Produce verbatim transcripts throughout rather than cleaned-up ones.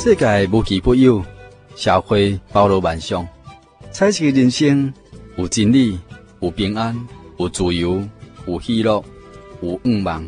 世界无奇不有，社会包罗万象。彩色人生有真理，有平安，有自由，有喜乐，有愿望。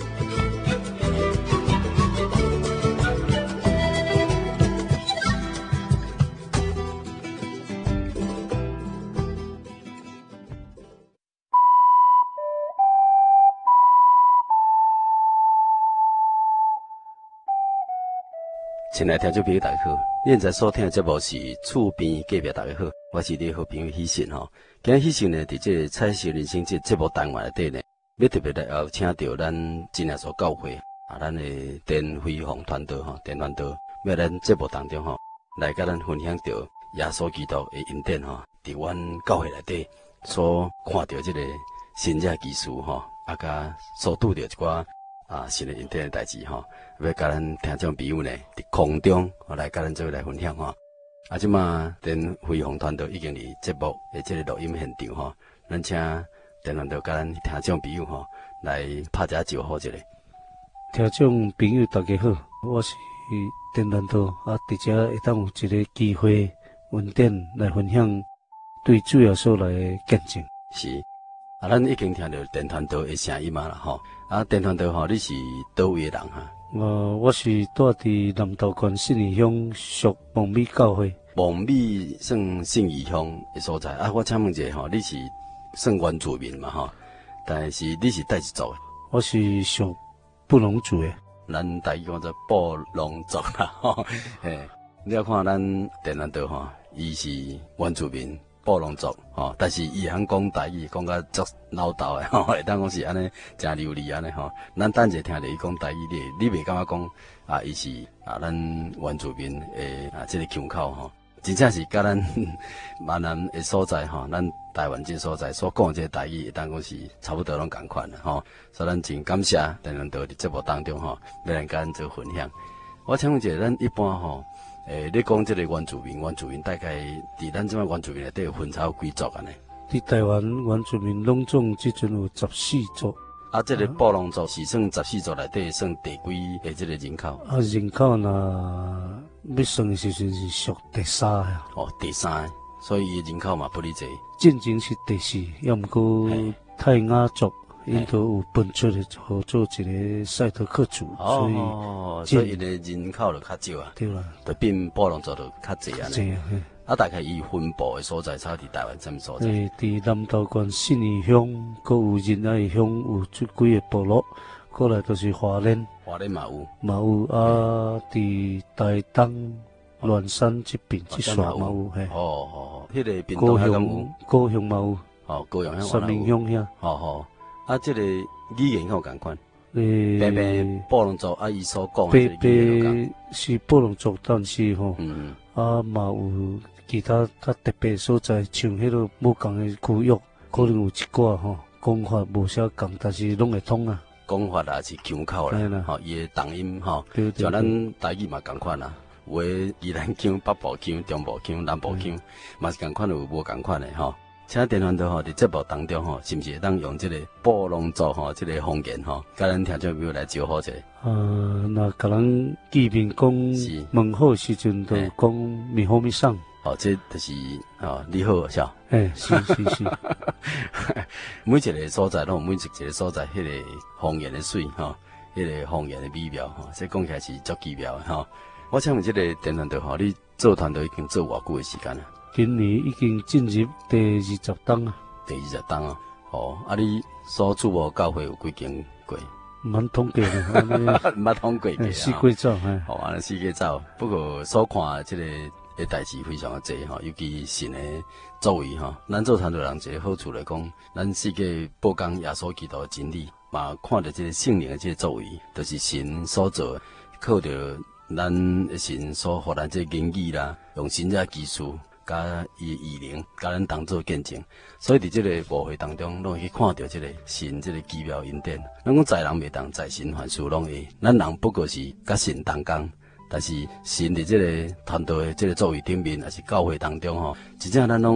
亲爱的听众朋友，大家好！现在所听的节目是《厝边隔壁》，大家好，我是你的好朋友喜信吼。今日喜信呢，伫这个彩色人生这节目单元内底呢，要特别来邀请到咱真耶稣教会啊，咱的电辉煌团队吼，电团队，要咱节目当中吼，来甲咱分享到耶稣基督的恩典吼，伫阮教会内底所看到这个新约技术吼，啊，甲所拄到一寡。啊，新的恩典的代志吼，要甲咱听众朋友呢，伫空中来甲咱做来分享吼。啊，即马电辉煌团队已经伫节目的这个录音现场吼，咱请电团队甲咱听众朋友吼来拍一下招呼一下。 听众朋友大家好，我是电团队啊，伫遮会当有一个机会恩典来分享对主要所来的见证。 是。啊，咱已经听到电团队的声音嘛啦吼。啊，电团队吼，你是倒位的人哈？ 呃，我是住伫南投县信义乡属望美教会。 望美算信义乡的所在啊，我请问一下吼，你是算原住民嘛吼？但是你是带一族的？ 我是属布农族的。 咱台语讲做布农族啦吼。嘿，你要看咱电团队吼，伊是原住民。布农族吼，但是伊通讲台语，讲甲足老道诶吼，会当讲是安尼真流利安尼吼。咱等者听着伊讲台语，你你袂感觉讲啊，伊是啊咱原住民诶啊即、这个腔口吼，真正是甲咱闽南诶所在吼，咱台湾这所在所讲即个台语，会当讲是差不多拢共款诶吼。所以咱真感谢电台伫节目当中吼，要来甲咱做分享。我请问一下，咱一般吼。诶，你讲这个原住民，原住民大概伫咱这摆原住民内底有分差有几族安尼？ 伫台湾原住民拢总即阵有十四族。 啊，这个布农族是算十四族内底算第几的这个人口？ 啊，人口若要算的时阵是属第三个。 哦，第三个，所以伊人口嘛不哩济。 进前是第四，要毋过泰雅族。因都有分出来好做一个赛德克族，所以哦，所以因的人口就较少啊， 对啦， 就变布农族就较济安尼。啊，大概伊分布的所在，差伫台湾什么所在？ 诶，伫南投县信义乡，搁有仁爱乡有出几个部落，过来都是花莲， 花莲嘛有， 嘛有啊，伫台东、鸾山这边这线嘛有嘿。 哦哦，迄个屏东还敢有？ 高雄嘛有， 哦，高雄遐三明乡遐， 好好。啊，这个语言有共款， 诶， 白白布农族啊，伊所讲的这个语言是布农族，但是吼， 嗯， 啊嘛有其他较特别所在，像迄个无共的区域，可能有一寡吼讲法无啥共，但是拢会通啊。 讲法也是腔口啦，吼，伊的同音吼，像咱台语嘛共款啦，有诶宜兰腔、北部腔、中部腔、南部腔，嘛是共款有无共款的吼。请电团队吼，伫节目当中吼，是毋是会当用这个布农族吼，这个方言吼，甲咱听众朋友来招呼者？ 呃，那甲咱见面讲问好时阵，就讲咪好咪送。 哦，这就是哦，你好，是吧？ 诶，是是是。 每一个所在拢有每一个所在，迄个方言的水吼，迄个方言的美妙吼，这讲起来是足奇妙的吼。我请问这个电团队吼，你做团队已经做偌久的时间啊？ 今年已经进入第二十档啊， 第二十档啊，哦，啊，你所主无教会有几间过？ 蛮统计的， 蛮统计的， 四季走，嘿， 哦，安尼四季走。不过所看这个的代志非常的多吼，尤其新的作为吼，咱做团队人一个好处来讲，咱世界曝光耶稣基督的真理，嘛看到这个圣灵的这个作为，都、就是神所做，靠着咱的神所互咱这个言语啦，用神这技术。甲伊意灵，甲咱当做见证，所以伫即个舞会当中，拢会去看到即个神即个奇妙恩典。咱讲在人袂当，在神凡事拢会。咱人不过是甲神同工，但是神伫即个团队的即个作为顶面，也是教会当中吼，真正咱拢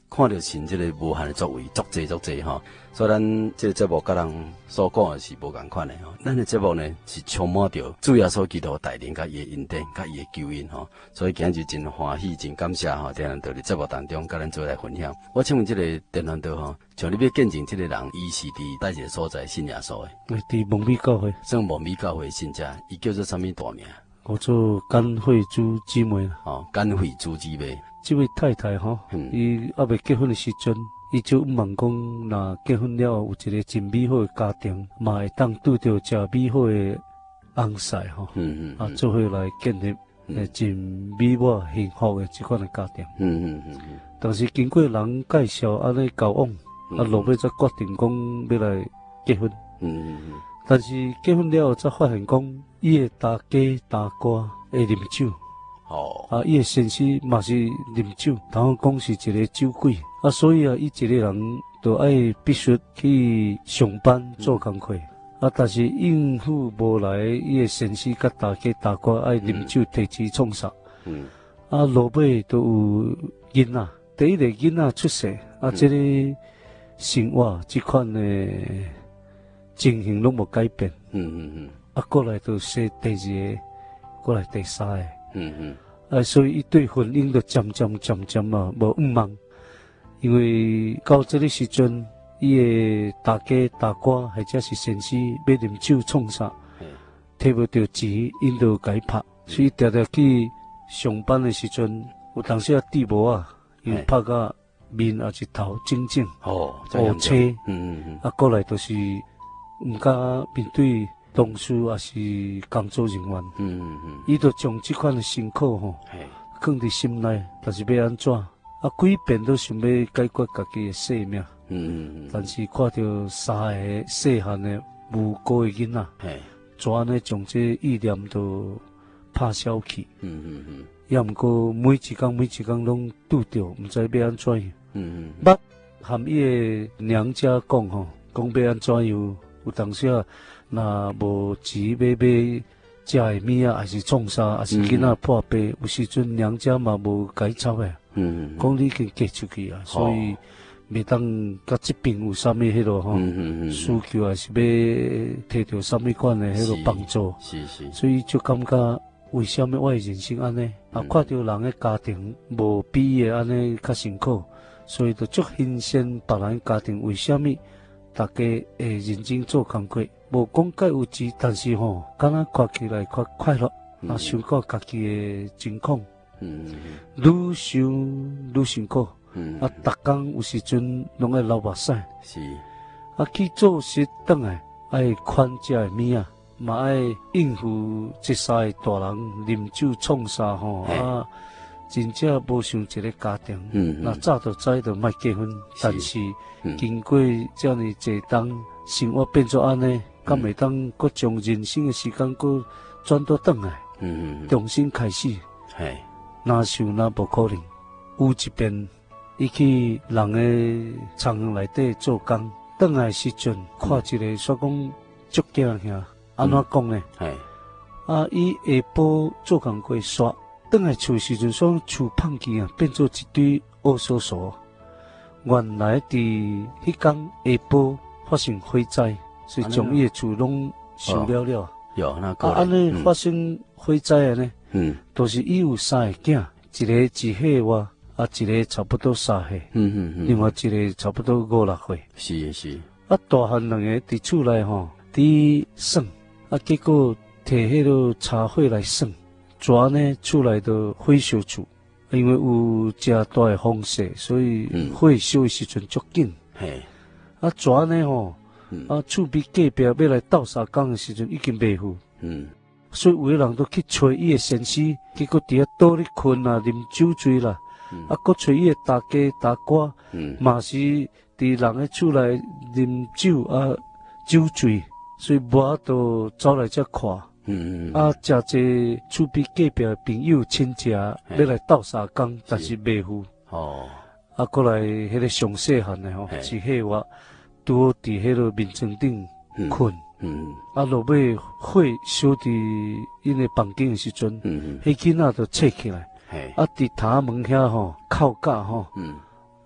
看到神这个无限的作为，足济足济吼。所以咱这个节目甲人所讲的是无共款的吼。咱的节目呢是充满着主耶稣基督带领甲伊的恩典，甲伊的救恩吼。所以今日真欢喜，真感谢吼，电南道伫节目当中甲咱做来分享。我请问这个电南道吼，像你要见证这个人，伊是伫哪一个所在信耶稣的？ 伫蒙美教会， 算蒙美教会信者，伊叫做啥物大名？ 我做干惠珠姊妹啦。 哦，干惠珠姊妹。 这位太太吼，伊还未结婚的时阵，伊就毋望讲，若结婚了有一个真美好的家庭，嘛会当拄到真美好的翁婿吼，嗯嗯，啊，做伙来建立诶真美满幸福的这款的家庭。嗯嗯嗯嗯。但是经过人介绍安尼交往，啊，落尾才决定讲要来结婚。嗯嗯嗯。但是结婚了后才发现讲，伊会打鸡打歌，会啉酒。哦，啊，伊的先生嘛是啉酒，然后讲是一个酒鬼，啊，所以啊，伊一个人就爱必须去上班做工课，嗯、啊，但是应付无来，伊的先生甲大家大家爱啉酒提起创杀，嗯，啊，落尾都有囡仔，第一个囡仔出世，啊，这个生活这款的情形拢无改变，嗯嗯嗯，啊，过来就生第二个，过来第三个。嗯嗯，啊，所以伊对婚姻就渐渐渐渐啊无毋望，因为到这个时阵，伊的大家大歌或者是先生要啉酒创啥，摕无到钱，因就甲拍，所以常常去上班的时阵，有当时啊地无啊，伊拍甲面也是头整整，哦，乌青，嗯嗯嗯，啊，过来就是毋敢面对。同事也是工作人员，嗯嗯嗯，伊就将这款的辛苦吼，放伫心内，但是要安怎？啊，几遍都想要解决家己的性命，嗯嗯嗯，但是看到三个细汉的无辜的囡仔，怎安尼将这意念都拍消去？嗯嗯嗯，也毋过每一工每一工拢拄着，毋知要安怎样。嗯嗯，捌含伊的娘家讲吼，讲要安怎样？有当时啊。那无钱买买食的物啊，还是创啥，还是囡仔破病，有时阵娘家嘛无解操诶。嗯，讲你已经嫁出去啊，所以袂当甲这边有啥物迄落吼需求，还是要摕到啥物款诶迄落帮助。是是。所以就感觉为什么我诶人生安尼？啊，看到人诶家庭无比伊诶安尼较辛苦，所以就足欣赏别人家庭为什么大家会认真做工课。无讲介有钱，但是吼，敢若看起来较快乐，啊，想到家己的情况，嗯，愈想愈辛苦，嗯，啊，逐工有时阵拢爱流目屎，是，啊，去做事转来爱款食的物啊，嘛爱应付这三个大人啉酒创啥吼，啊，真正无想一个家庭，嗯，那早就知就莫结婚，但是经过这样济冬，生活变做安尼。敢袂当搁将人生的时间搁转倒转来，嗯嗯，重新开始，系，哪想哪无可能。有一遍，伊去人的厂房内底做工，转来时阵看一个说讲足惊吓，安怎讲呢？系，啊，伊下晡做工过煞，转来厝时阵说厝胖起啊，变做一堆乌索索。原来伫迄天下晡发生火灾。所以将伊的厝拢烧了了，有那个啊，安尼发生火灾的呢，嗯，都是伊有三个囝，一个一岁外，啊，一个差不多三岁，嗯嗯嗯，另外一个差不多五六岁，是是，啊，大汉两个伫厝内吼，伫耍，啊，结果摕迄个柴火来耍，蛇呢厝内都火烧厝，因为有遮大的风势，所以火烧的时阵足紧，嘿，啊，蛇呢吼。嗯、啊，厝边隔壁要来斗相共的时阵，已经袂赴。嗯，所以有个人都去找伊的先生，结果伫遐倒咧困啊，啉酒醉啦。嗯、啊，搁找伊的大家大哥，嗯，嘛是伫人的厝内啉酒啊，酒醉，所以无法度走来遮看。嗯嗯。啊，诚济厝边隔壁的朋友亲戚要来斗相共，但是袂赴。哦。啊，过来迄个上细汉的吼，是迄我。拄好伫迄落面床顶困，嗯，啊，落尾火烧伫因个房间的时阵，嗯，迄囡仔就坐起来，啊，伫头门遐吼靠架吼，嗯，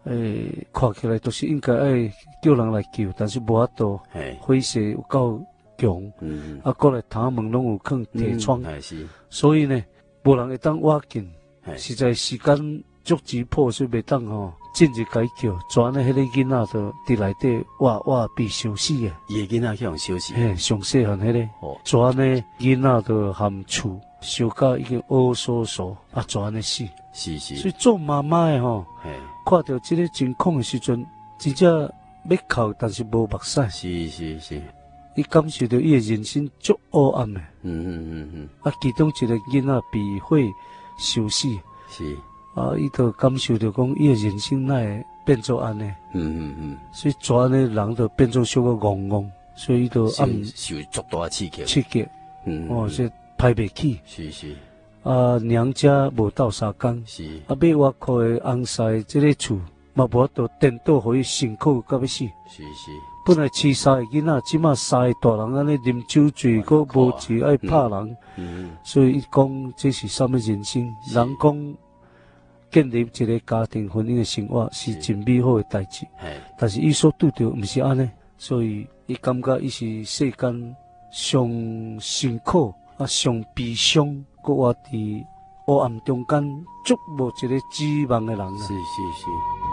诶，看起来都是应该爱叫人来救，但是无法度，火势有够强，嗯，啊，过来头门拢有坑铁窗，嗯、是，所以呢，无人会当挖紧，实在时间足急迫，所以袂当吼。进入解救，转呢，迄个囡仔就伫内底哇哇被烧死诶。 伊个囡仔去互烧死。 嘿，上细汉迄个，转呢囡仔就含厝烧到已经乌索索，啊，转呢死。 是是。 所以做妈妈诶吼，看到即个情况诶时阵，真正要哭，但是无目屎。 是是是。 伊感受到伊诶人生足黑暗诶。 嗯嗯嗯嗯。 啊，其中一个囡仔被火烧死。 是。 啊，伊就感受到讲，伊诶人生哪会变做安尼？嗯嗯嗯。所以全个人就变做小个戆戆，所以伊就暗受足大刺激。 刺激。嗯。哦，说排袂起。 是是。 啊，娘家无斗三工。是。啊，买外口诶翁婿即个厝，嘛无法度颠倒，互伊辛苦到要死。 是是。本来饲三个囡仔，即马三个大人安尼啉酒醉，佫无钱爱拍人。嗯。所以伊讲这是啥物人生？人讲。建立一个家庭婚姻的生活是真美好的代志，但是伊所拄到毋是安尼，所以伊感觉伊是世间上辛苦啊、上悲伤，佮活伫黑暗中间，足无一个指望的人啊。 是是是。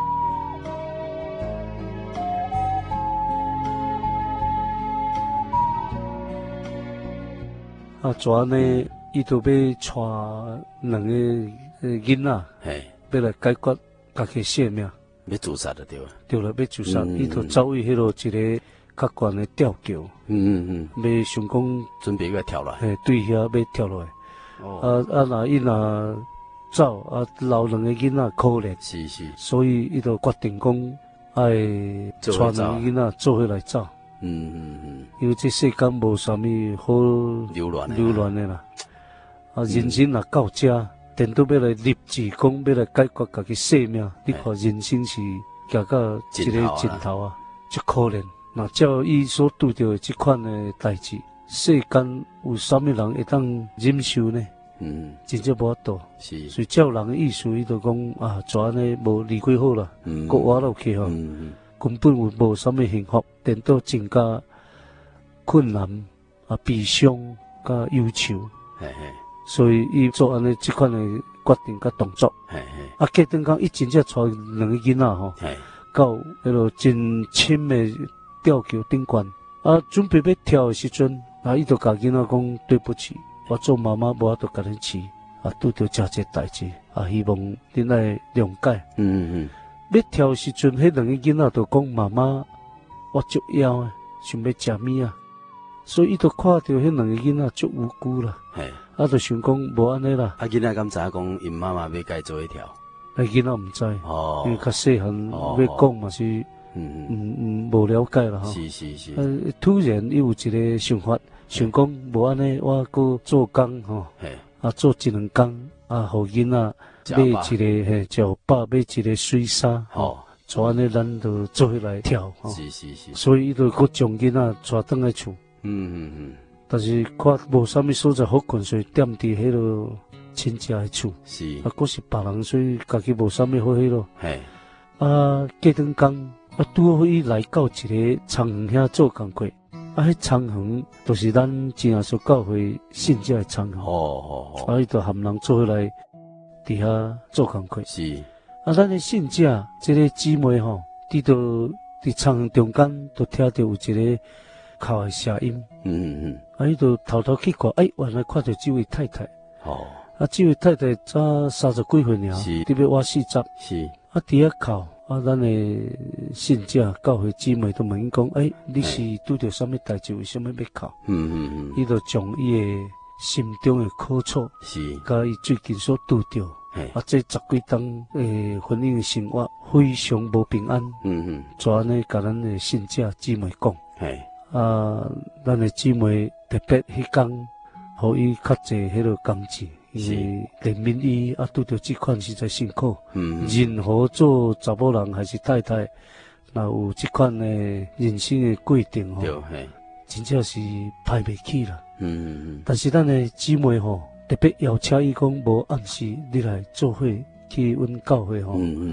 啊，转呢，伊就要带两个囡仔。要来解决家己性命， 要自杀就对了。 对了，要自杀，伊就走去迄落一个较悬的吊桥。嗯嗯嗯。要想讲准备要跳落来。 嘿，对遐要跳落来。哦。啊啊！若伊若走啊，留两个囡仔可怜。 是是。 所以伊就决定讲，爱带两个囡仔做伙来走。嗯嗯嗯。因为这世间无啥物好留恋的。 留恋的啦。啊，人生若到遮。电都要来立志，讲要来解决家己生命，你看人生是行到一个尽头啊，足可怜。那照伊所拄到的这款的代志，世间有啥物人会当忍受呢？嗯，真正无法度。是，所以照人的意思，伊就讲啊，怎安尼无离开好啦，搁活落去吼，根本有无啥物幸福，颠倒增加困难啊、悲伤甲忧愁。嘿嘿。所以伊做安尼即款的决定甲动作，啊，隔顿讲伊真正带两个囡仔吼，到迄落真深的吊桥顶悬，啊，准备要跳的时阵，啊，伊就甲囡仔讲对不起，我做妈妈无法度甲恁饲，啊，拄着遮这代志，啊，希望恁来谅解。嗯嗯。要跳的时阵，迄两个囡仔就讲妈妈，我足枵诶，想要食物啊，所以伊就看到迄两个囡仔足无辜啦。啊，就想讲无安尼啦。 啊，囡仔敢知影讲因妈妈要甲伊做一条？ 啊，囡仔毋知，哦、因为较细汉要讲嘛是，嗯嗯嗯，无了解啦吼。 是是是。 呃，突然伊有一个想法，想讲无安尼，我搁做工吼，啊做一两工，啊，互囡仔买一个嘿，食饱买一个水衫，吼，做安尼咱就做起来跳。 是是是。 所以伊就搁将囡仔带倒来厝。嗯嗯嗯。但是看无啥物所在好困，所以踮伫迄落亲戚诶厝。是。啊，佫是别人，所以家己无啥物好迄落。嘿。啊，隔顿工，啊，拄好伊来到一个仓园遐做工课。啊，迄仓园就是咱正耶稣教会信者诶仓园。哦哦哦。啊，伊就含人做伙来伫遐做工课。是。啊，咱诶信者即个姊妹吼，伫到伫仓园中间，就听到有一个哭诶声音。嗯嗯。啊，伊就偷偷去看，哎，原来看到这位太太。哦。啊，这位太太才三十几岁尔，特别活四十。是。啊，伫遐哭，啊，咱诶信者教会姊妹都问伊讲，哎，你是拄着啥物代志？为什么要哭？嗯嗯嗯。伊就将伊诶心中诶苦楚，是，甲伊最近所拄着，啊，这十几冬诶婚姻诶生活非常无平安。嗯嗯。怎安尼甲咱诶信者姊妹讲？系。啊，咱诶姊妹特别迄工，互伊较济迄落工钱，因为怜悯伊啊，拄着即款实在辛苦。嗯。任何做查某人还是太太，若有即款诶人生诶过程吼，真正是排袂起啦。嗯嗯嗯。但是咱诶姊妹吼，特别邀请伊讲，无暗时你来做伙去阮教会吼。嗯嗯。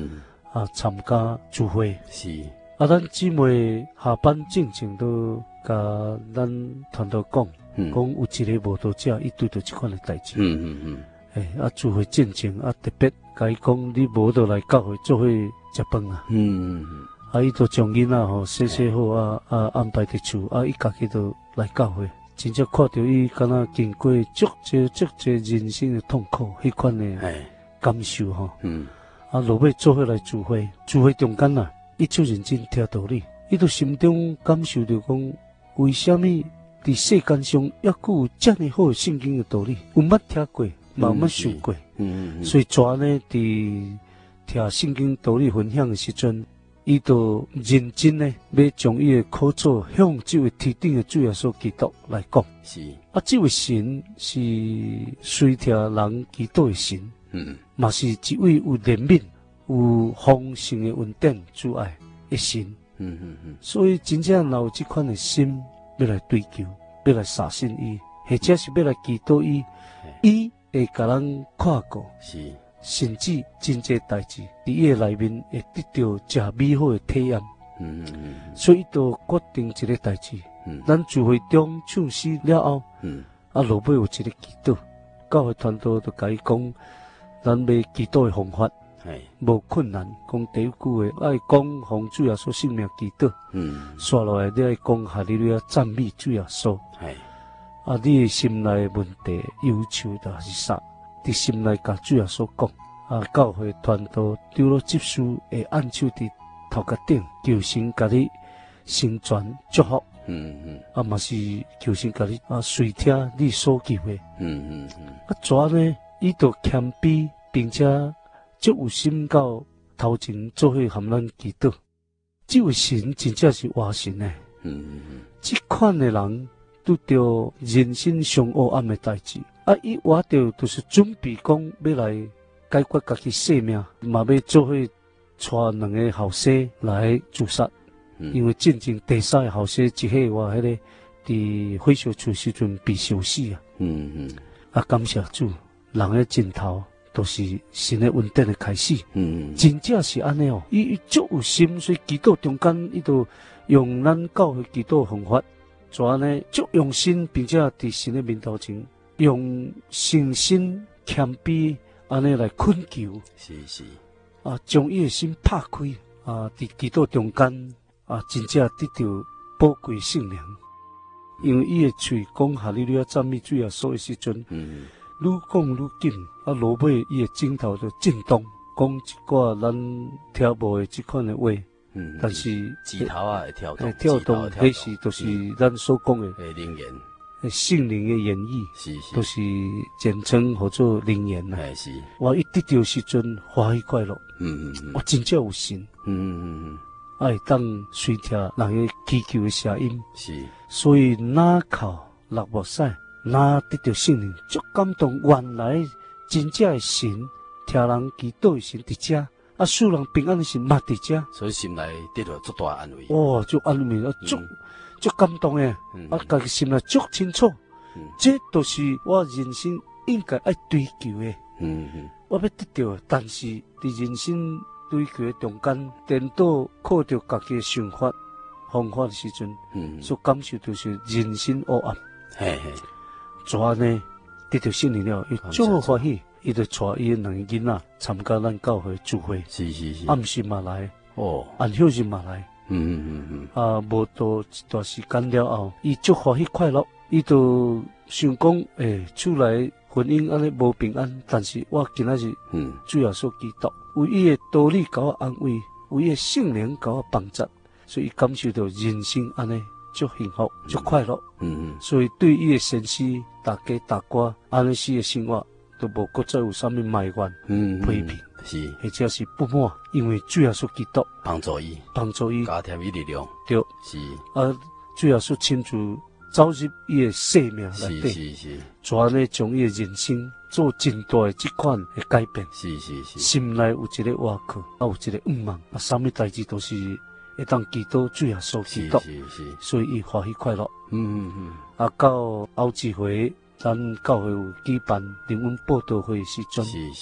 啊参加聚会。 是。 啊，咱姊妹下班进前都甲咱团队讲，讲、嗯、有一个慕道者，伊对到这款的代志。嗯嗯嗯。诶、欸，啊聚会进前啊特别甲伊讲，你无到来教会做伙食饭啊。嗯嗯嗯。啊，伊都将囡仔吼洗洗好啊啊安排伫厝，啊伊家己都来教会，真正看到伊敢若经过足侪足侪人生的痛苦，迄款的感受吼。嗯。啊，落尾做伙来聚会，聚会中间啊，伊就认真听道理，伊都心中感受到讲，为虾米伫世间上抑佫有遮尔好圣经的道理，有捌听过，嘛有捌受过。嗯嗯嗯。所以抓呢，伫听圣经道理分享的时阵。伊就认真呢，要将伊的口座向这位天顶的主耶稣基督来讲。是啊，这位神是随听人祈祷的神，嗯，嘛是一位有怜悯、有丰盛的恩典、主爱的神。嗯嗯嗯。所以真正若有这款的心，要来追求，要来相信伊，或者是要来祈祷伊，伊会甲咱看顾。是。甚至真侪代志，伫伊个内面会得到真美好的体验。嗯嗯嗯。所以，就决定一个代志。嗯。咱聚会中唱诗了后，嗯，啊，落尾有一个祈祷，教会团队就甲伊讲，咱要祈祷的方法，系无困难。讲第一句话，爱讲奉主耶稣圣名祈祷。嗯。刷落来，你爱讲哈利路亚赞美主耶稣。系。啊，你的心内问题要求的是啥？伫心内甲主耶稣讲，啊，教会团队丢了执事会按手伫头壳顶，求神甲你成全祝福。嗯嗯。啊，嘛是求神甲你啊随听你所求的。嗯嗯嗯。啊，怎呢？伊就谦卑，并且足有心到头前做伙含咱祈祷。这位神真正是活神诶。嗯嗯嗯。这款的人拄着人生上黑暗的代志。啊！伊活着就是准备讲要来解决家己性命，嘛要做伙带两个后生来自杀，嗯、因为进前第三个后生一下话，迄个伫火烧厝时阵被烧死啊。嗯嗯。啊，感谢主，人的尽头都是神的恩典的开始。嗯嗯。真正是安尼哦，伊伊足有心，所以祈祷中间，伊就用咱教会祈祷方法，怎呢？足用心，并且伫神的面头前。用诚心谦卑安尼来恳求，是是啊，将伊的心拍开啊，伫祈祷中间啊，真正得到宝贵圣灵。因为伊的嘴讲哈利路亚赞美主耶稣的时阵，嗯，愈讲愈紧，啊，落尾伊的镜头就震动，讲一寡咱听无的即款的话，嗯，但是指头啊会跳动， 跳动，迄时就是咱所讲的灵言。 圣灵的言语，是是都是简称或做灵言啦。是，我一得到时阵欢喜快乐。嗯嗯嗯，我真正有神。嗯嗯嗯嗯，爱当随听人个祈求的声音。是，所以哪靠六目屎，哪得到圣灵，足感动。原来真正的神，听人祈祷的神伫遮，啊，使人平安的神嘛伫遮。 所以心内得到足大安慰。 哦，足安慰啊，足。足感动诶！啊，家己心内足清楚，这都是我人生应该爱追求诶。嗯嗯，我要得到，但是伫人生追求诶中间，颠倒靠着家己诶想法、方法诶时阵，嗯，所感受到是人生黑暗。嘿嘿，怎呢？得到圣灵了，伊足好欢喜，伊就带伊两个囡仔参加咱教会聚会。是是是，暗时嘛来，哦，暗休日嘛来。嗯嗯嗯嗯，啊，无多一段时间了后，伊足欢喜快乐，伊就想讲，诶，厝内婚姻安尼无平安，但是我今仔日，嗯，主要所祈祷，为伊的道理甲我安慰，为伊的圣灵甲我帮助，所以伊感受到人生安尼足幸福、足快乐。嗯嗯，所以对伊的先生、大家大家安尼死的生活，都无搁再有啥物埋怨、嗯批评。是，或者是不满，因为主耶稣基督帮助伊， 帮助伊加添伊力量。 对，是啊，主耶稣亲自走入伊的生命内底，是是是，怎呢将伊的人生做真大的这款的改变？是是是，心内有一个挖口，啊有一个愿望，啊，啥物代志都是会当祈祷主耶稣基督，是是是，所以伊欢喜快乐。嗯嗯嗯，啊，到后一回。咱教会有举办灵恩报道会时阵，是是，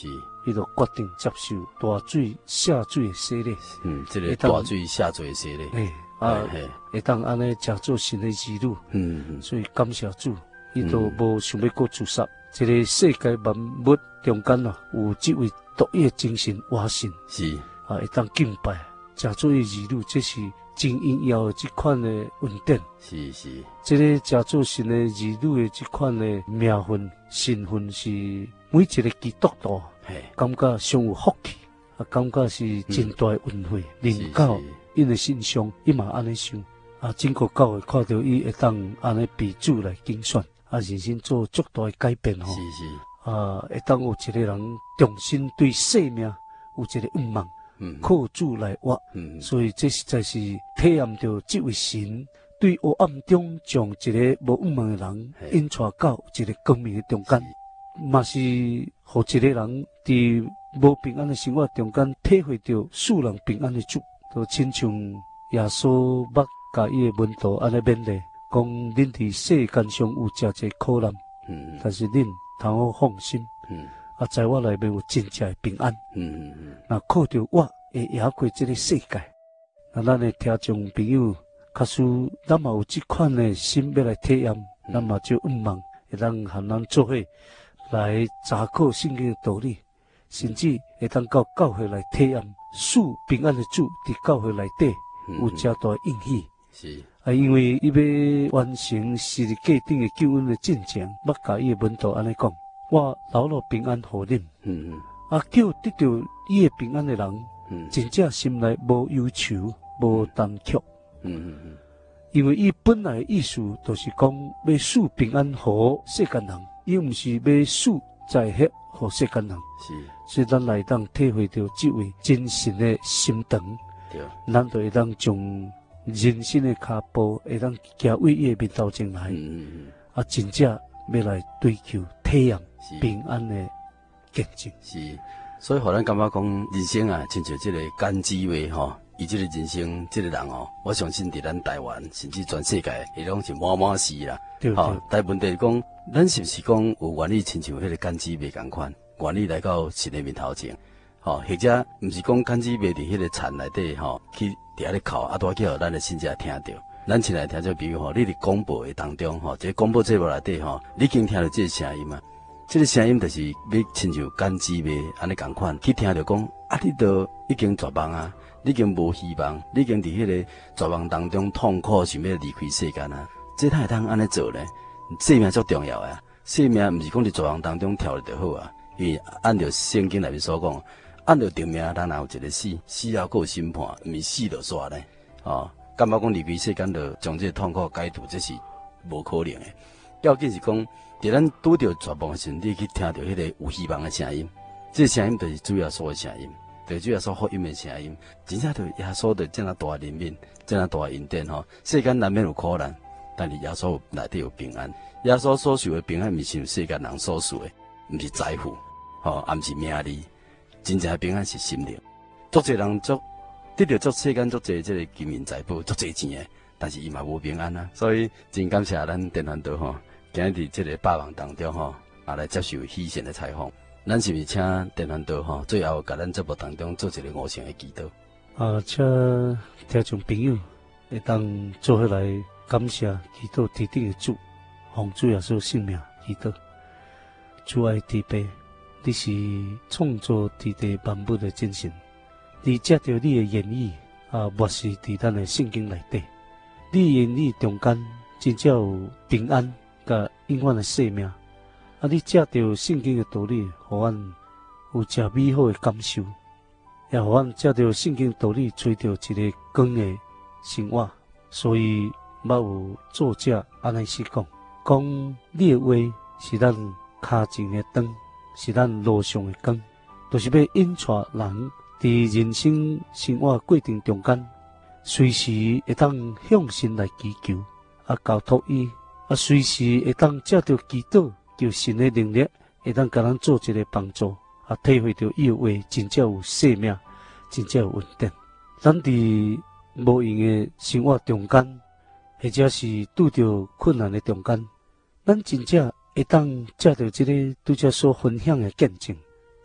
伊就决定接受大水下水的洗礼。 嗯，这个大水下水的洗礼。 诶、欸，啊，会当安尼食做神的儿女。嗯嗯。所以感谢主，伊都无想要过自杀。这个世界万物中间啊，有这位独一的精神活神。 是。 啊，会当敬拜，食做伊儿女，这是真应要的这款的恩典。 是是。 这个食做神的儿女的这款的名分、身份是每一个基督徒感觉上有福气，啊，感觉是真大的恩惠。领到因的身上，伊嘛安尼想，啊，整个教会看到伊会当安尼被主来竞选，啊，人生做足大的改变吼。 是是。 啊，会当有一个人重新对生命有一个愿望。嗯，靠主来活，嗯，所以这实在是体验到这位神对黑暗中将一个无愿望的人引带到一个光明的中间，嘛是互一个人伫无平安的生活中间体会到世人平安的主，就亲像耶稣捌甲伊的门徒安尼勉励，讲恁伫世间上有真侪苦难，嗯，但是恁通好放心，嗯。啊，在我内面有真正的平安。嗯嗯嗯。那靠着我会赢过这个世界。那咱的听众朋友，假使咱嘛有这款的心要来体验，咱嘛就愿望会当和咱做伙来查考圣经的道理，甚至会当到教会来体验主平安的主伫教会内底有真大的应许。是。啊，因为伊要完成世界顶的救恩的进程，捌甲伊的门徒安尼讲。我留落平安互恁，嗯嗯，啊，叫得到伊个平安的人，嗯，真正心内无忧愁，无担忧，嗯嗯嗯，因为伊本来的意思就是讲要赐平安互世间人，伊毋是要赐灾祸互世间人，是，所以咱来当体会到这位真神的心肠，对，咱就会当将人生的脚步会当行为伊个面头前来，嗯嗯嗯，啊，真正要来追求体验。平安的见证是，所以互咱感觉讲人生啊，亲像这个甘滋味吼，伊这个人生这个人哦，我相信伫咱台湾甚至全世界，伊拢是满满是啦。对对。吼，但问题是讲，咱是不是讲有愿意亲像迄个甘滋味共款，愿意来到神的面头前，吼，或者毋是讲甘滋味伫迄个田内底吼，去伫遐咧哭，啊，拄叫咱的信者听到。咱亲爱听做比如吼，你伫广播的当中吼，这广播节目内底吼，你已经听到这个声音啊。这个声音就是要亲像甘滋味安尼共款，去听到讲啊，你都已经绝望啊，你已经无希望，你已经伫迄个绝望当中痛苦，想要离开世间啊。这哪会当安尼做呢？生命足重要啊！生命毋是讲伫绝望当中跳就好啊，因为按照圣经内面所讲，按照定命，咱若有一个死，死后还有审判，毋是死就煞呢。哦，感觉讲离开世间就将这个痛苦解除，这是无可能的。要紧是讲。伫咱拄着绝望的时阵，你去听到迄个有希望的声音，这个声音就是主耶稣的声音，就是主耶稣福音的声音。真正对耶稣的这样大怜悯，这样大恩典吼。世间难免有苦难，但是耶稣内底有平安。耶稣所受的平安，毋是像世间人所受的，毋是财富，吼，也毋是名利，真正的平安是心灵。足侪人足得到足世间足侪这个金银财宝，足侪钱的，但是伊嘛无平安啊。所以真感谢咱电传道吼。今日伫这个百忙当中吼，啊来接受喜讯的采访，咱是毋是请电传道吼，最后甲咱节目当中做一个五声的祈祷。 啊，请听众朋友会当做伙来感谢祈祷天顶的主，奉主耶稣性命祈祷。主爱慈悲，你是创造天地万物的真神，你借着你的言语啊，漠视伫咱的圣经内底，你言语中间真正有平安。甲永远的生命，啊！你借着圣经的道理，互阮有真美好的感受，也互阮借着圣经的道理，找到一个光的生活。所以，捌有作者安尼是讲，讲你的话是咱脚前的灯，是咱路上的光，就是要引带人伫人生生活过程中间，随时会当向神来祈求，啊，交托伊。啊，随时会当借着祈祷，求神的能力，会当甲咱做一个帮助，啊，体会到伊的话真正有生命，真正有稳定。咱伫无用的生活中间，或者是拄着困难的中间，咱真正会当借着这个拄则所分享的见证，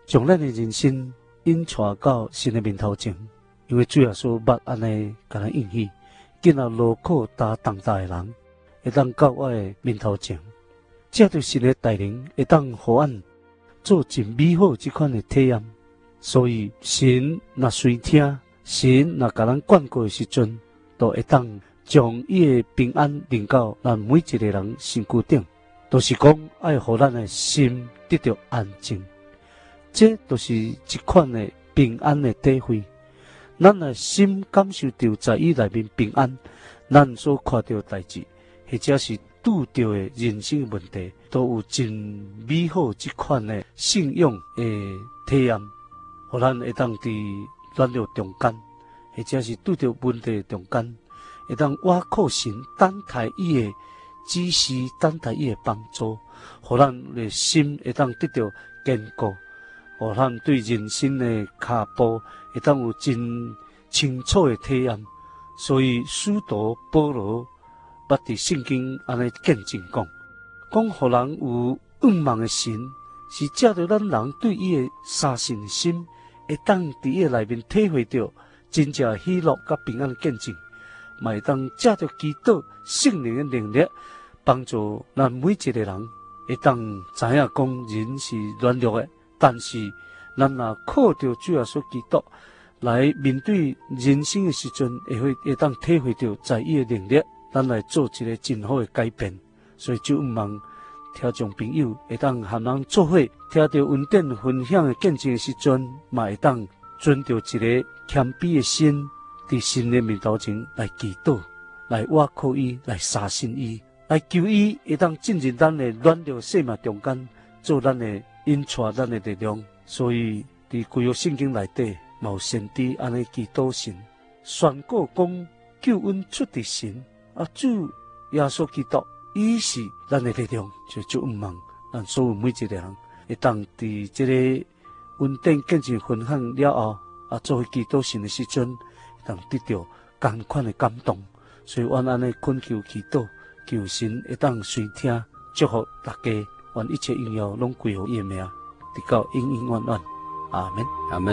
将咱的人生引带到神的面头前，因为主耶稣捌安尼甲咱应许，今仔劳苦担重担的人，会当到我的面头前，借着神的带领，会当互俺做真美好这款的体验。所以神若随听，神若甲咱灌过的时阵，都会当将伊的平安临到咱每一个人身躯顶，都、就是讲爱互咱的心得到安静。这都是一款的平安的体会。咱的心感受到在伊内面平安，咱所看到代志，或者是拄到的人生问题，都有真美好这款的信仰的体验，互咱会当伫软弱中间，或者是拄到问题中间，会当倚靠神，等待伊的指示，等待伊的帮助，互咱的心会当得到坚固。互咱对人生的脚步会当有真清楚的体验，所以使徒保罗捌伫圣经安尼见证讲，讲互人有仰望的神，是借着咱人对伊的相信的心，会当伫伊内面体会到真正喜乐甲平安的见证，嘛会当借着基督圣灵的能力，帮助咱每一个人会当知影讲人是软弱的。但是，咱若靠着主耶稣基督来面对人生的时阵，会会会当体会到在伊的能力，咱来做一个真好的改变。所以，就毋望听众朋友会当和人做伙，听到恩典分享的见证的时阵，嘛会当存着一个谦卑的心，伫神的面头前来祈祷，来倚靠伊，来相信伊，来求伊会当进入咱的软弱生命中间，做咱的。因带咱的力量，所以伫旧约圣经内底，有先知安尼祈祷神，宣告讲救恩出伫神，啊主耶稣基督，伊是咱的力量，就就毋望咱所有每一个人会当伫这个恩典见证分享了后，啊做伙祈祷神的时阵，会当得到同款的感动。所以阮安尼恳求祈祷，求神会当垂听，祝福大家。愿一切荣耀拢归乎伊的名，直到永永远远。阿门。 阿门。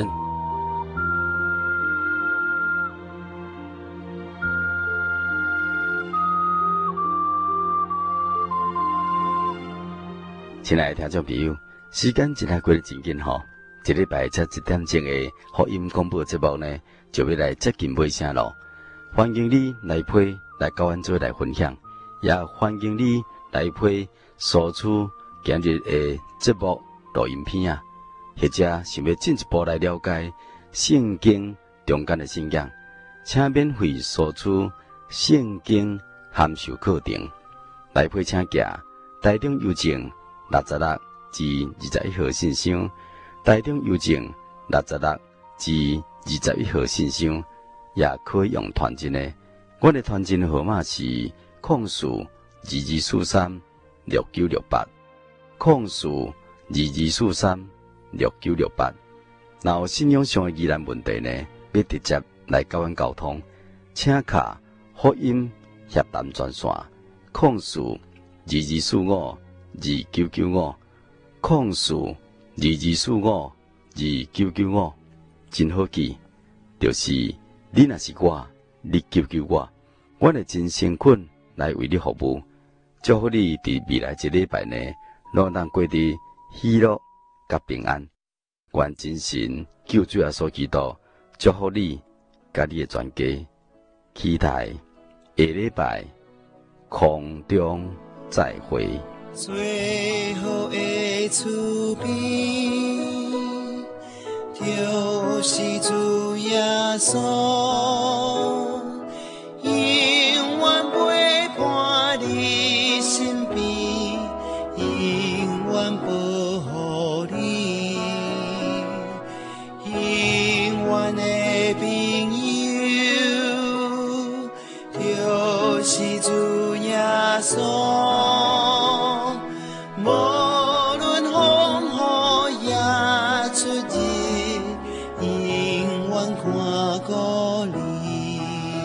亲爱的听众朋友，时间真系过得真紧吼，一礼拜才一点钟的福音广播节目呢，就要来接近尾声咯。欢迎你来陪来跟阮做来分享，也欢迎你来陪索取。今日的节目录音片啊，或者想要进一步来了解圣经中间的信仰，请免费索取圣经函授课程，来配请假台中邮政六十六至二十一号信箱，台中邮政六十六至二十一号信箱，也可以用传真的。我的传真号码是控诉二二四三六九六八。控诉二二四三六九六八，若有信仰上的疑难问题呢，要直接来甲阮沟通，请卡福音协谈专线，控诉二二四五二九九五，控诉二二四五二九九五，真好记，就是你若是我，你救救我，我会真诚恳来为你服务，祝福你伫未来一礼拜呢。让咱过伫喜乐甲平安，愿真神救主耶稣基督祝福你，甲你的全家，期待下礼拜空中再会。 最后的厝边，就是主耶稣，永远陪伴你身边。保护你，永远的朋友，就是主耶稣。无论风雨也出日，永远看顾你。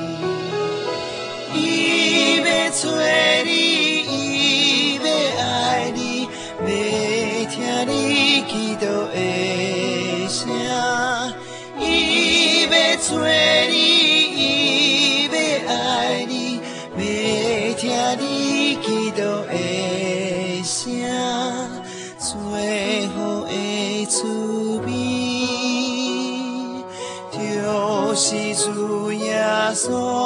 伊要找你，伊要爱你。要听你祈祷的你祈祷的声，最好的滋味，就是主耶稣，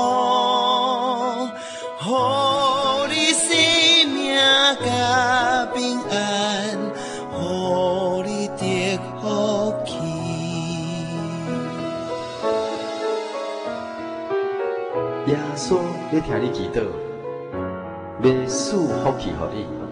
予你生命甲平安，予你得福气。 耶稣要听你祈祷，要赐福气予你。